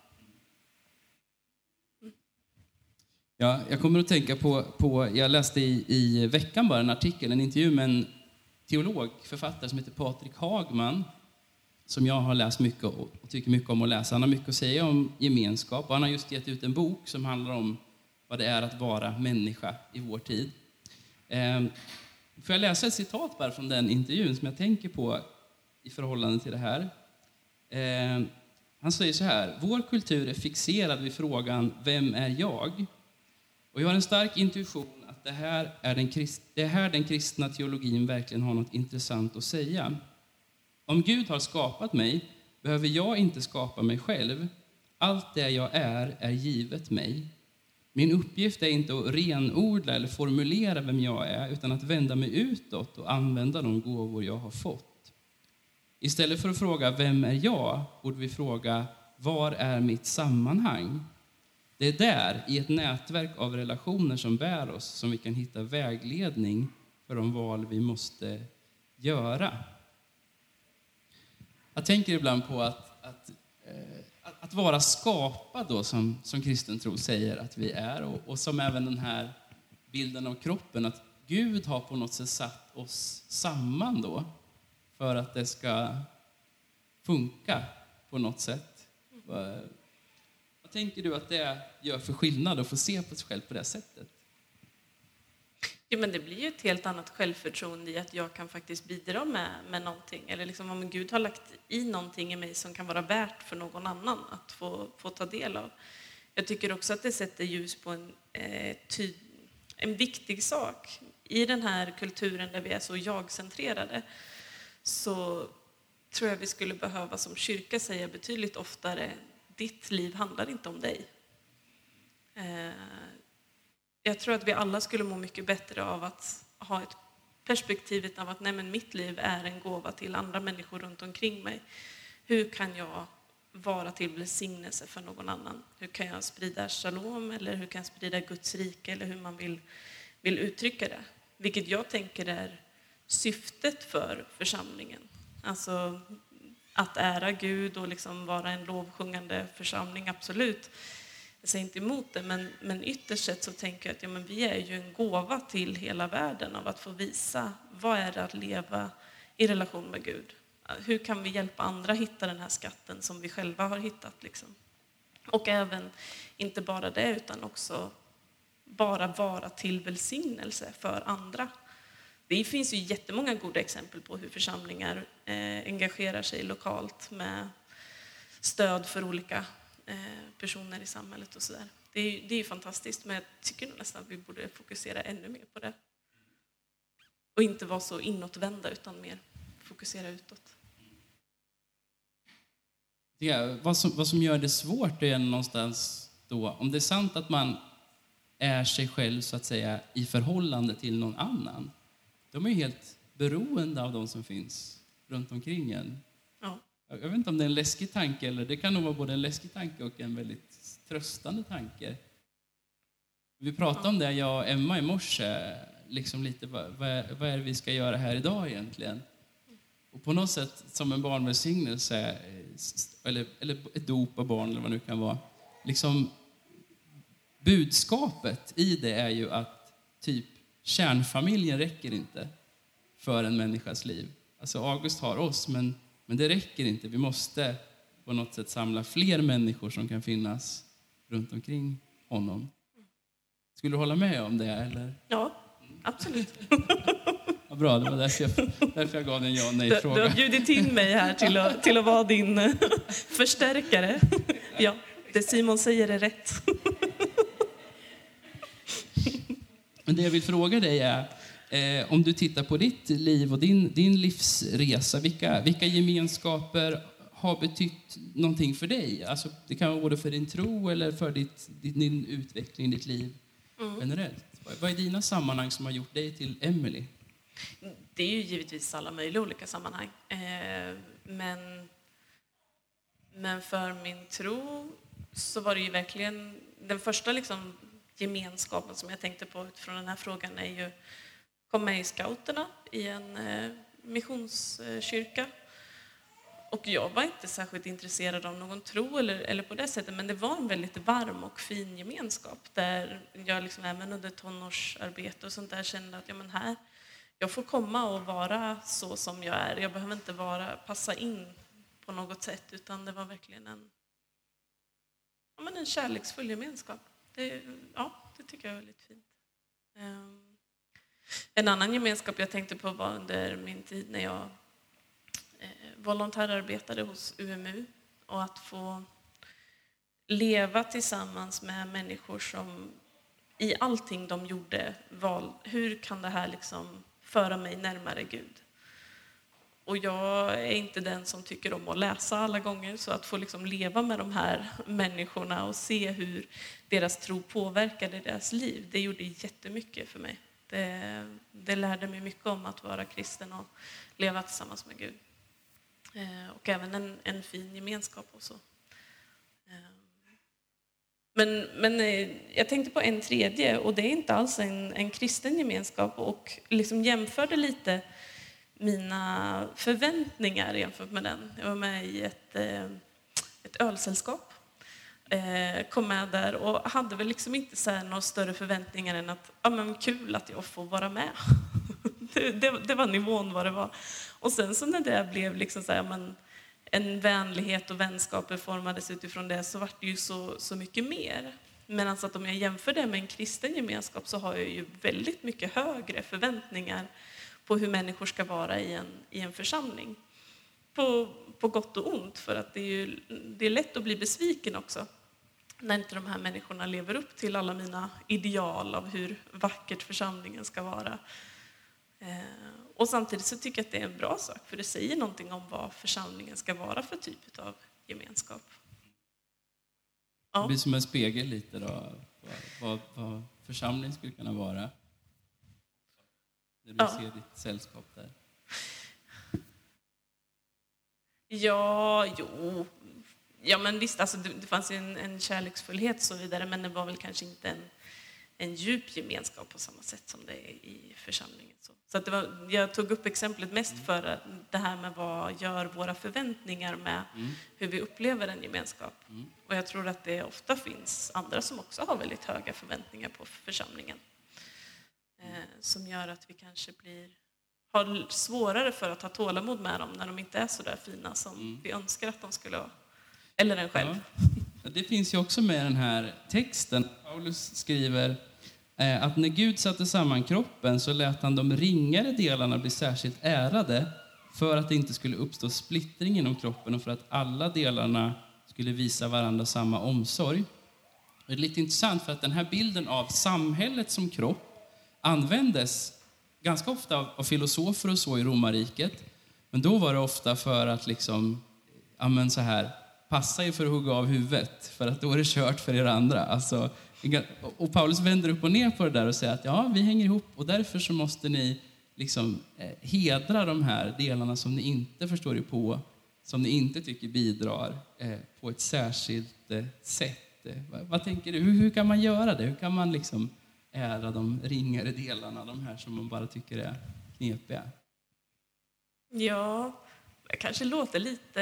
Mm. Ja, jag kommer att tänka på, på jag läste i, i veckan bara en artikel, en intervju med en teolog, författare som heter Patrik Hagman, som jag har läst mycket och, och tycker mycket om att läsa. Han har mycket att säga om gemenskap, och han har just gett ut en bok som handlar om vad det är att vara människa i vår tid. Eh, får jag läsa ett citat bara från den intervjun som jag tänker på i förhållande till det här. Eh, han säger så här: vår kultur är fixerad vid frågan vem är jag? Och jag har en stark intuition att att det här är den, krist, det är här den kristna teologin verkligen har något intressant att säga. Om Gud har skapat mig behöver jag inte skapa mig själv. Allt det jag är är givet mig. Min uppgift är inte att renodla eller formulera vem jag är, utan att vända mig utåt och använda de gåvor jag har fått. Istället för att fråga vem är jag, borde vi fråga var är mitt sammanhang? Det är där, i ett nätverk av relationer som bär oss, som vi kan hitta vägledning för de val vi måste göra. Jag tänker ibland på att, att, att, att vara skapad, då, som, som kristen tro säger att vi är, och, och som även den här bilden av kroppen, att Gud har på något sätt satt oss samman då, för att det ska funka på något sätt. Vad tänker du att det gör för skillnad att få se på sig själv på det sättet? Jo, men det blir ju ett helt annat självförtroende i att jag kan faktiskt bidra med, med någonting. Eller liksom om Gud har lagt i någonting i mig som kan vara värt för någon annan att få, få ta del av. Jag tycker också att det sätter ljus på en, eh, ty, en viktig sak. I den här kulturen där vi är så jag-centrerade, så tror jag vi skulle behöva som kyrka säga betydligt oftare: ditt liv handlar inte om dig. Eh, jag tror att vi alla skulle må mycket bättre av att ha ett perspektivet av att nej, men mitt liv är en gåva till andra människor runt omkring mig. Hur kan jag vara till välsignelse för någon annan? Hur kan jag sprida shalom, eller hur kan jag sprida Guds rike, eller hur man vill, vill uttrycka det? Vilket jag tänker är syftet för församlingen. Alltså att ära Gud och liksom vara en lovsjungande församling, absolut. Jag säger inte emot det, men, men ytterst sett så tänker jag att ja, men vi är ju en gåva till hela världen av att få visa vad är det att leva i relation med Gud. Hur kan vi hjälpa andra hitta den här skatten som vi själva har hittat? Liksom. Och även, inte bara det, utan också bara vara till välsignelse för andra. Det finns ju jättemånga goda exempel på hur församlingar eh, engagerar sig lokalt med stöd för olika eh, personer i samhället och sådär. Det är, det är fantastiskt, men jag tycker nog nästan att vi borde fokusera ännu mer på det. Och inte vara så inåtvända, utan mer fokusera utåt. Ja, vad, som, vad som gör det svårt är någonstans då, om det är sant att man är sig själv så att säga i förhållande till någon annan. De är ju helt beroende av de som finns runt omkring en. Ja. Jag vet inte om det är en läskig tanke, eller det kan nog vara både en läskig tanke och en väldigt tröstande tanke. Vi pratade ja. om det, jag och Emma i morse, liksom lite vad, vad, är, vad är det vi ska göra här idag egentligen? Och på något sätt som en barnvälsignelse, eller, eller ett dop av barn eller vad det nu kan vara. Liksom, budskapet i det är ju att typ kärnfamiljen räcker inte för en människas liv. Alltså August har oss, men, men det räcker inte. Vi måste på något sätt samla fler människor som kan finnas runt omkring honom. Skulle du hålla med om det? Eller? Ja, absolut. Ja, bra, det var därför jag, därför jag gav en ja nej-fråga. Du, du har bjudit in mig här till att, till att vara din förstärkare. Ja, det Simon säger är rätt. Men det jag vill fråga dig är, eh, om du tittar på ditt liv och din, din livsresa, vilka, vilka gemenskaper har betytt någonting för dig? Alltså, det kan vara både för din tro eller för ditt, din, din utveckling, ditt liv mm. generellt. Vad är dina sammanhang som har gjort dig till Emily? Det är ju givetvis alla möjliga olika sammanhang. Eh, men, men för min tro så var det ju verkligen den första liksom gemenskapen som jag tänkte på utifrån den här frågan är ju kom med i scouterna i en eh, missionskyrka. Och jag var inte särskilt intresserad av någon tro eller, eller på det sättet, men det var en väldigt varm och fin gemenskap där jag liksom även under tonårsarbete och sånt där kände att ja, men här, jag får komma och vara så som jag är. Jag behöver inte vara, passa in på något sätt, utan det var verkligen en, ja, men en kärleksfull gemenskap. Det, ja, det tycker jag är väldigt fint. Um, en annan gemenskap jag tänkte på var under min tid när jag eh, volontärarbetade hos U M U. Och att få leva tillsammans med människor som i allting de gjorde val, hur kan det här liksom föra mig närmare Gud? Och jag är inte den som tycker om att läsa alla gånger, så att få liksom leva med de här människorna och se hur deras tro påverkade deras liv, det gjorde jättemycket för mig. Det, det lärde mig mycket om att vara kristen och leva tillsammans med Gud. Eh, och även en, en fin gemenskap och så. Eh, men, men eh, jag tänkte på en tredje, och det är inte alls en, en kristen gemenskap, och liksom jämförde lite mina förväntningar jämfört med den. Jag var med i ett, eh, ett ölsällskap. Eh, kom med där och hade väl liksom inte så här några större förväntningar än att ja, men kul att jag får vara med. det, det, det var nivån vad det var. Och sen så när det blev liksom så här, men en vänlighet och vänskaper formades utifrån det, så var det ju så, så mycket mer. Men alltså att om jag jämför det med en kristen gemenskap, så har jag ju väldigt mycket högre förväntningar på hur människor ska vara i en, i en församling. På, på gott och ont, för att det är, ju, det är lätt att bli besviken också när inte de här människorna lever upp till alla mina ideal av hur vackert församlingen ska vara. Eh, och samtidigt så tycker jag att det är en bra sak, för det säger någonting om vad församlingen ska vara för typ av gemenskap. Ja. Det blir som en spegel lite då, vad, vad församling skulle kunna vara. När du ja. ser ditt sällskap där. Ja, jo. Ja, men visst, alltså, det, det fanns ju en, en kärleksfullhet och så vidare, men det var väl kanske inte en, en djup gemenskap på samma sätt som det är i församlingen. Så, så att det var, jag tog upp exemplet mest mm. för det här med vad gör våra förväntningar med mm. hur vi upplever en gemenskap. Mm. Och jag tror att det ofta finns andra som också har väldigt höga förväntningar på församlingen. Mm. Eh, som gör att vi kanske blir... har svårare för att ha tålamod med dem när de inte är så där fina som mm. vi önskar att de skulle vara. Eller en själv. Ja. Det finns ju också med den här texten. Paulus skriver eh, att när Gud satte samman kroppen så lät han de ringare delarna bli särskilt ärade för att det inte skulle uppstå splittring inom kroppen och för att alla delarna skulle visa varandra samma omsorg. Det är lite intressant för att den här bilden av samhället som kropp användes ganska ofta av filosofer och så i romarriket. Men då var det ofta för att liksom, ja men så här, passa er för att hugga av huvudet. För att då är det kört för er andra. Alltså, och Paulus vänder upp och ner på det där och säger att ja, vi hänger ihop. Och därför så måste ni liksom hedra de här delarna som ni inte förstår er på. Som ni inte tycker bidrar eh, på ett särskilt eh, sätt. Eh, vad, vad tänker du? Hur, hur kan man göra det? Hur kan man liksom ära de ringare delarna, de här som man bara tycker är knepiga? Ja, jag kanske låter lite,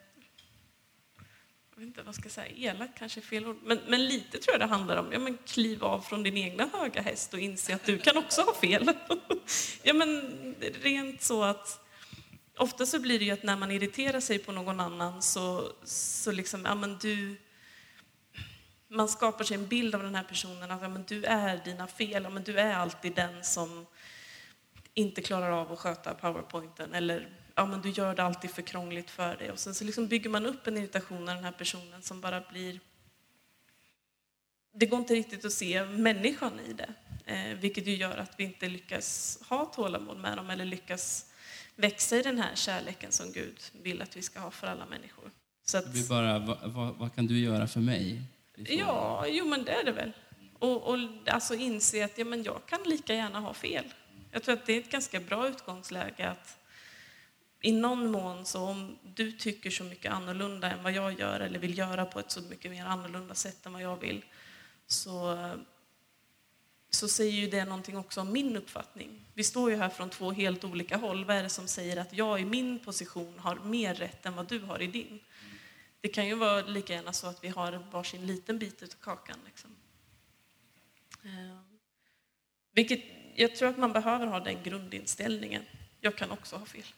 jag vet inte vad ska jag säga, elak kanske är fel ord, men, men lite tror jag det handlar om, ja men kliv av från din egna höga häst och inse att du kan också ha fel. Ja men rent så att ofta så blir det ju att när man irriterar sig på någon annan så, så liksom, ja men du man skapar sig en bild av den här personen att ja, men du är dina fel, ja, men du är alltid den som inte klarar av att sköta powerpointen, eller ja, men du gör det alltid för krångligt för dig. Och sen så liksom bygger man upp en irritation av den här personen som bara blir... Det går inte riktigt att se människan i det, eh, vilket ju gör att vi inte lyckas ha tålamod med dem eller lyckas växa i den här kärleken som Gud vill att vi ska ha för alla människor. Så att... Det blir bara, vad, vad, vad kan du göra för mig? Ja, jo men det är det väl. Och, och alltså inse att ja, men jag kan lika gärna ha fel. Jag tror att det är ett ganska bra utgångsläge att i någon mån så om du tycker så mycket annorlunda än vad jag gör eller vill göra på ett så mycket mer annorlunda sätt än vad jag vill, så, så säger ju det någonting också om min uppfattning. Vi står ju här från två helt olika håll. Vad är det som säger att jag i min position har mer rätt än vad du har i din? Det kan ju vara lika gärna så att vi har varsin liten bit av kakan. Liksom. Eh, vilket jag tror att man behöver ha den grundinställningen. Jag kan också ha fel.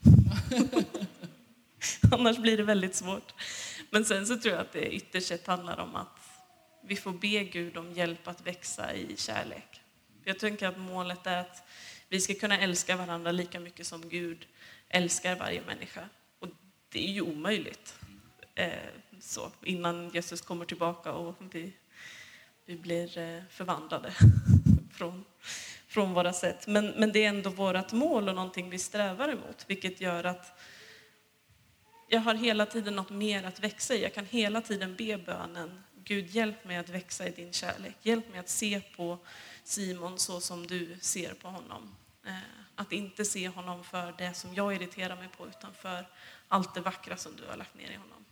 Annars blir det väldigt svårt. Men sen så tror jag att det ytterst sett handlar om att vi får be Gud om hjälp att växa i kärlek. Jag tänker att målet är att vi ska kunna älska varandra lika mycket som Gud älskar varje människa. Och det är ju omöjligt. Eh, så, innan Jesus kommer tillbaka och vi vi blir eh, förvandlade från, från våra sätt. Men, men det är ändå vårt mål och någonting vi strävar emot, vilket gör att jag har hela tiden något mer att växa i. Jag kan hela tiden be bönen: Gud, hjälp mig att växa i din kärlek. Hjälp mig att se på Simon så som du ser på honom. Eh, att inte se honom för det som jag irriterar mig på, utan för allt det vackra som du har lagt ner i honom.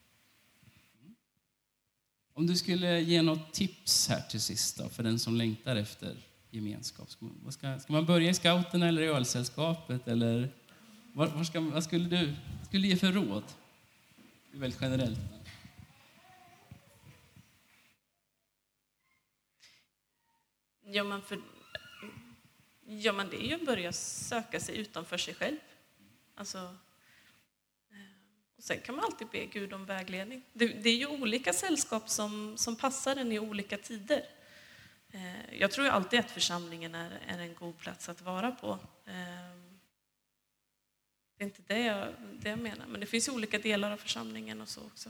Om du skulle ge något tips här till sist då, för den som längtar efter gemenskap. Vad ska, ska man börja i scouterna eller i ölsällskapet? Eller var, var ska, vad skulle du skulle ge för råd? Det är väldigt generellt. Ja, men, för, ja, men det är ju att börja söka sig utanför sig själv. Alltså, och sen kan man alltid be Gud om vägledning. Det, det är ju olika sällskap som, som passar en i olika tider. Jag tror ju alltid att församlingen är, är en god plats att vara på. Det är inte det jag, det jag menar. Men det finns ju olika delar av församlingen och så också.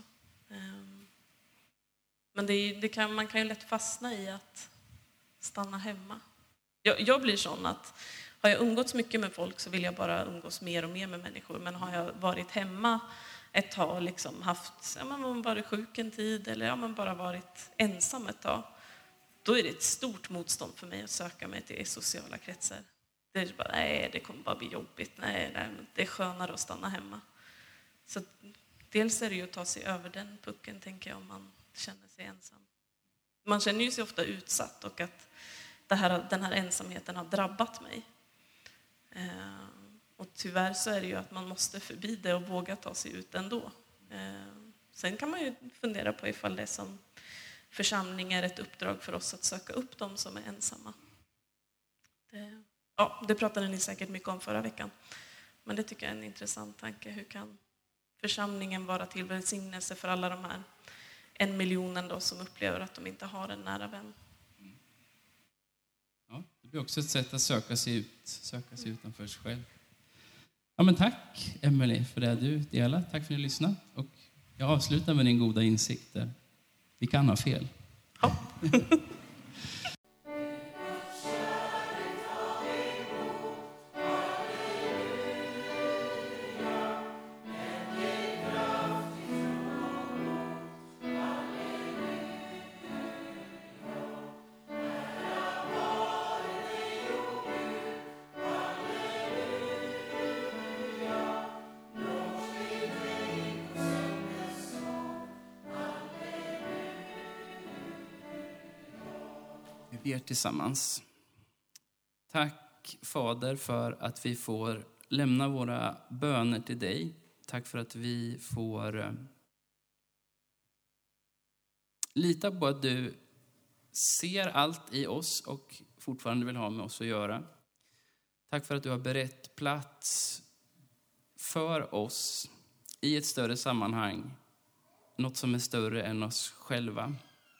Men det, är, det kan, man kan ju lätt fastna i att stanna hemma. Jag, jag blir sån att har jag umgåtts mycket med folk så vill jag bara umgås mer och mer med människor. Men har jag varit hemma ett tag, liksom haft, ja, man varit sjuk en tid eller ja, man bara varit ensam ett tag, då är det ett stort motstånd för mig att söka mig till sociala kretsar. Det är bara, nej, det kommer bara bli jobbigt. Nej, nej, det är skönare att stanna hemma. Så dels är det ju att ta sig över den pucken, tänker jag, om man känner sig ensam. Man känner ju sig ofta utsatt och att det här, den här ensamheten har drabbat mig. Eh, och tyvärr så är det ju att man måste förbi det och våga ta sig ut ändå. Eh, sen kan man ju fundera på ifall det som församling är ett uppdrag för oss att söka upp dem som är ensamma. Det, ja, det pratade ni säkert mycket om förra veckan. Men det tycker jag är en intressant tanke. Hur kan församlingen vara till välsignelse för alla de här en miljonen då som upplever att de inte har en nära vän? Ja, det blir också ett sätt att söka sig ut, söka sig utanför sig själv. Ja, men tack Emelie för det du delar. Tack för att ni lyssnade. Och jag avslutar med din goda insikt där. Vi kan ha fel. Ja. Vi ber tillsammans. Tack Fader för att vi får lämna våra böner till dig. Tack för att vi får lita på att du ser allt i oss och fortfarande vill ha med oss att göra. Tack för att du har berett plats för oss i ett större sammanhang. Något som är större än oss själva.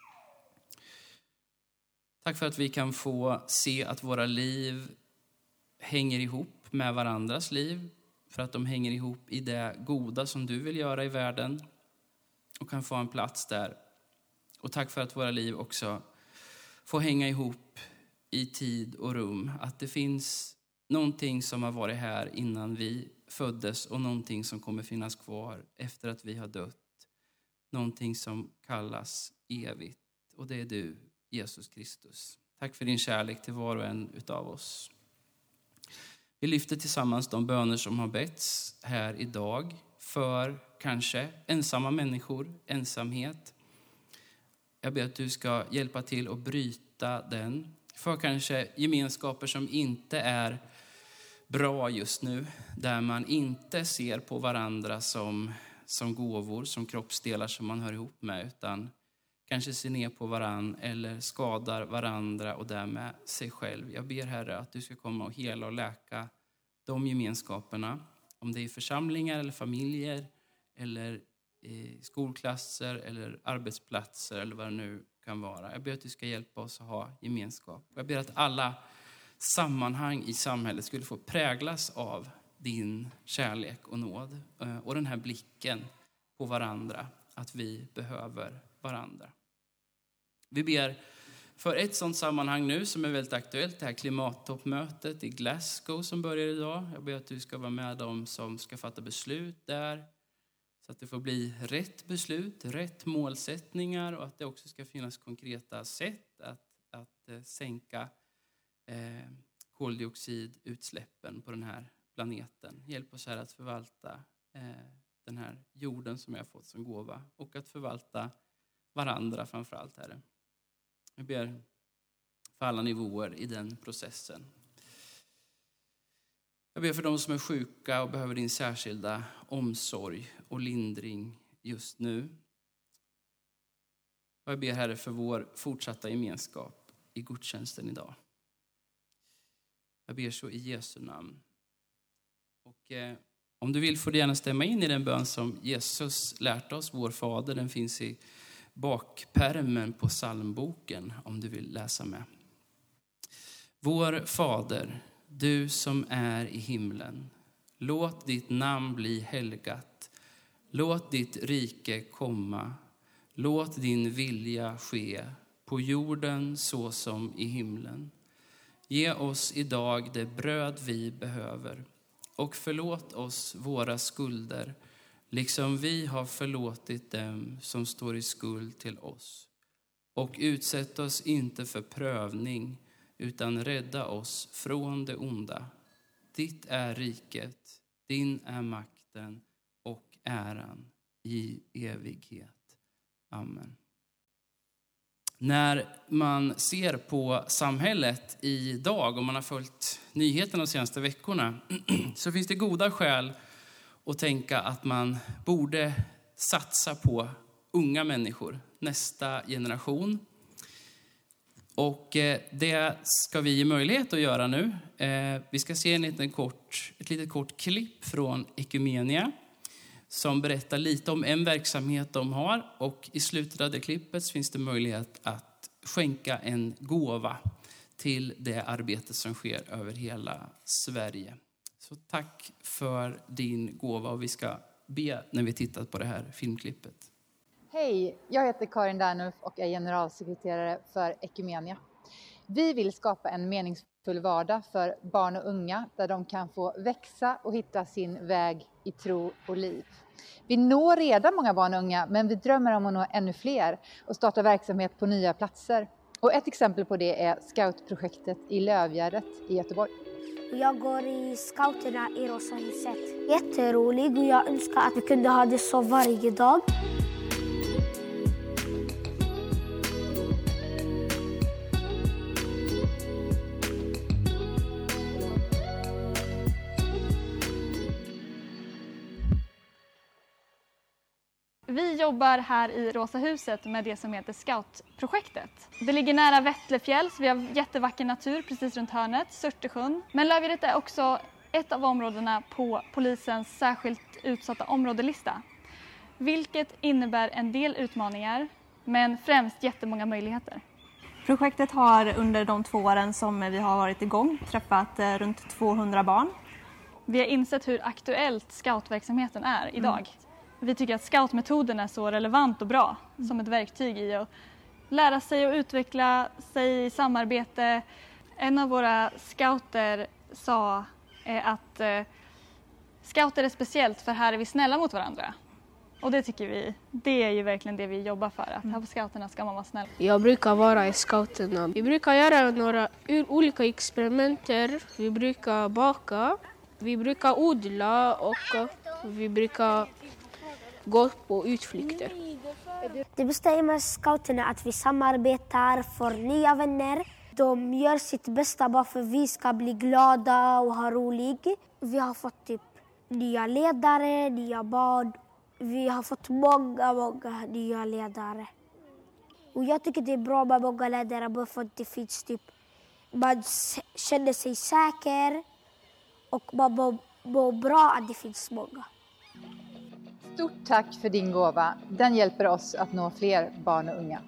Tack för att vi kan få se att våra liv hänger ihop med varandras liv. För att de hänger ihop i det goda som du vill göra i världen. Och kan få en plats där. Och tack för att våra liv också får hänga ihop i tid och rum. Att det finns någonting som har varit här innan vi föddes. Och någonting som kommer finnas kvar efter att vi har dött. Någonting som kallas evigt. Och det är du, Jesus Kristus. Tack för din kärlek till var och en utav oss. Vi lyfter tillsammans de böner som har betts här idag. För kanske ensamma människor, ensamhet. Jag ber att du ska hjälpa till att bryta den. För kanske gemenskaper som inte är bra just nu. Där man inte ser på varandra som, som gåvor, som kroppsdelar som man hör ihop med. Utan kanske ser ner på varann eller skadar varandra och därmed sig själv. Jag ber Herre att du ska komma och hela och läka de gemenskaperna. Om det är församlingar eller familjer eller i skolklasser eller arbetsplatser eller vad det nu kan vara. Jag ber att du ska hjälpa oss att ha gemenskap. Jag ber att alla sammanhang i samhället skulle få präglas av din kärlek och nåd. Och den här blicken på varandra. Att vi behöver varandra. Vi ber för ett sådant sammanhang nu som är väldigt aktuellt, det här klimattoppmötet i Glasgow som börjar idag. Jag ber att du ska vara med dem som ska fatta beslut där, så att det får bli rätt beslut, rätt målsättningar, och att det också ska finnas konkreta sätt att, att eh, sänka eh, koldioxidutsläppen på den här planeten. Hjälp oss här att förvalta eh, den här jorden som jag har fått som gåva, och att förvalta varandra framförallt, Herre. Jag ber för alla nivåer i den processen. Jag ber för de som är sjuka och behöver din särskilda omsorg och lindring just nu. Och jag ber, Herre, för vår fortsatta gemenskap i gudstjänsten idag. Jag ber så i Jesu namn. Och eh, om du vill får du gärna stämma in i den bön som Jesus lärt oss, vår Fader. Den finns i bakpärmen på psalmboken om du vill läsa med. Vår Fader, du som är i himlen, låt ditt namn bli helgat. Låt ditt rike komma. Låt din vilja ske på jorden så som i himlen. Ge oss idag det bröd vi behöver, och förlåt oss våra skulder, liksom vi har förlåtit dem som står i skuld till oss. Och utsätt oss inte för prövning, utan rädda oss från det onda. Ditt är riket, din är makten och äran i evighet. Amen. När man ser på samhället idag, om man har följt nyheterna de senaste veckorna, så finns det goda skäl att tänka att man borde satsa på unga människor, nästa generation. Och det ska vi ge möjlighet att göra nu. Vi ska se en liten kort, ett litet kort klipp från Ekumenia som berättar lite om en verksamhet de har. Och i slutet av det klippet finns det möjlighet att skänka en gåva till det arbete som sker över hela Sverige. Så tack för din gåva, och vi ska be när vi tittat på det här filmklippet. Hej, jag heter Karin Dernulf och är generalsekreterare för Ekumenia. Vi vill skapa en meningsfull vardag för barn och unga där de kan få växa och hitta sin väg i tro och liv. Vi når redan många barn och unga, men vi drömmer om att nå ännu fler och starta verksamhet på nya platser. Och ett exempel på det är scoutprojektet i Lövgärdet i Göteborg. Jag går i scouterna i Rosahuset. Jätterolig, och jag önskar att vi kunde ha det så varje dag. Vi jobbar här i Rosahuset med det som heter Scoutprojektet. Det ligger nära Vättlefjäll, så vi har jättevacker natur precis runt hörnet, Surtesjön. Men Lövgärdet är också ett av områdena på polisens särskilt utsatta områdelista. Vilket innebär en del utmaningar, men främst jättemånga möjligheter. Projektet har under de två åren som vi har varit igång träffat runt tvåhundra barn. Vi har insett hur aktuellt scoutverksamheten är idag. Mm. Vi tycker att scoutmetoden är så relevant och bra som ett verktyg i att lära sig och utveckla sig i samarbete. En av våra scouter sa att scouter är speciellt för här är vi snälla mot varandra. Och det tycker vi, det är ju verkligen det vi jobbar för, att här på scouterna ska man vara snäll. Jag brukar vara i scouterna. Vi brukar göra några olika experimenter. Vi brukar baka, vi brukar odla och vi brukar gå på utflykter. Det bästa med scouterna är att vi samarbetar för nya vänner. De gör sitt bästa bara för att vi ska bli glada och ha roligt. Vi har fått typ nya ledare, nya barn. Vi har fått många, många nya ledare. Och jag tycker det är bra med många ledare bara för att det finns typ... Man känner sig säker och man mår, mår bra att det finns många. Stort tack för din gåva. Den hjälper oss att nå fler barn och unga.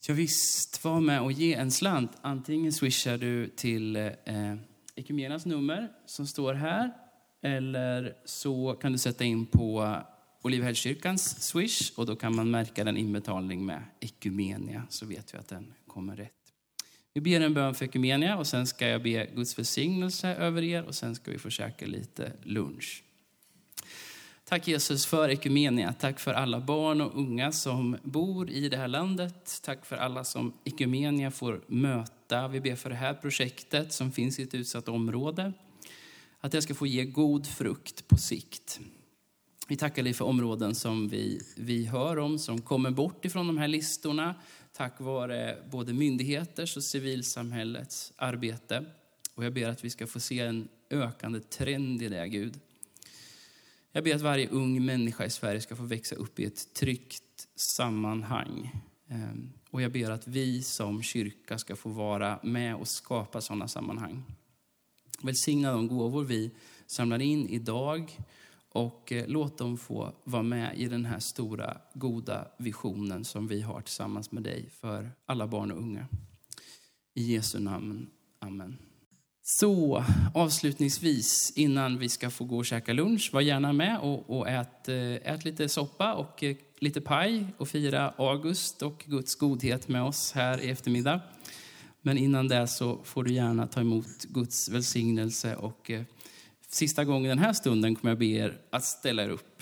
Ja, visst, var med och ge en slant. Antingen swishar du till eh, Ekumenias nummer som står här. Eller så kan du sätta in på Olivehällskyrkans swish. Och då kan man märka den inbetalning med Ekumenia. Så vet vi att den kommer rätt. Vi ber en bön för Ekumenia. Och sen ska jag be Guds välsignelse över er. Och sen ska vi få käka lite lunch. Tack Jesus för Ekumenia. Tack för alla barn och unga som bor i det här landet. Tack för alla som Ekumenia får möta. Vi ber för det här projektet som finns i ett utsatt område. Att det ska få ge god frukt på sikt. Vi tackar dig för områden som vi, vi hör om. Som kommer bort ifrån de här listorna. Tack vare både myndigheters och civilsamhällets arbete. Och jag ber att vi ska få se en ökande trend i det, Gud. Jag ber att varje ung människa i Sverige ska få växa upp i ett tryggt sammanhang. Och jag ber att vi som kyrka ska få vara med och skapa sådana sammanhang. Välsigna de gåvor vi samlar in idag. Och låt dem få vara med i den här stora, goda visionen som vi har tillsammans med dig för alla barn och unga. I Jesu namn. Amen. Så avslutningsvis innan vi ska få gå och käka lunch, var gärna med och, och ät, ät lite soppa och lite paj och fira August och Guds godhet med oss här i eftermiddag. Men innan det så får du gärna ta emot Guds välsignelse och eh, sista gången den här stunden kommer jag be er att ställa er upp.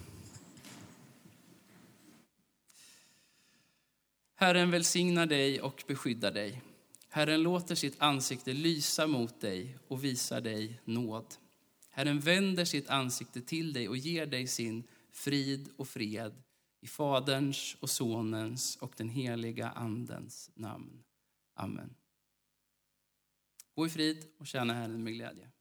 Herren välsignar dig och beskyddar dig. Herren låter sitt ansikte lysa mot dig och visar dig nåd. Herren vänder sitt ansikte till dig och ger dig sin frid och fred i Faderns och Sonens och den heliga Andens namn. Amen. Gå i frid och tjäna Herren med glädje.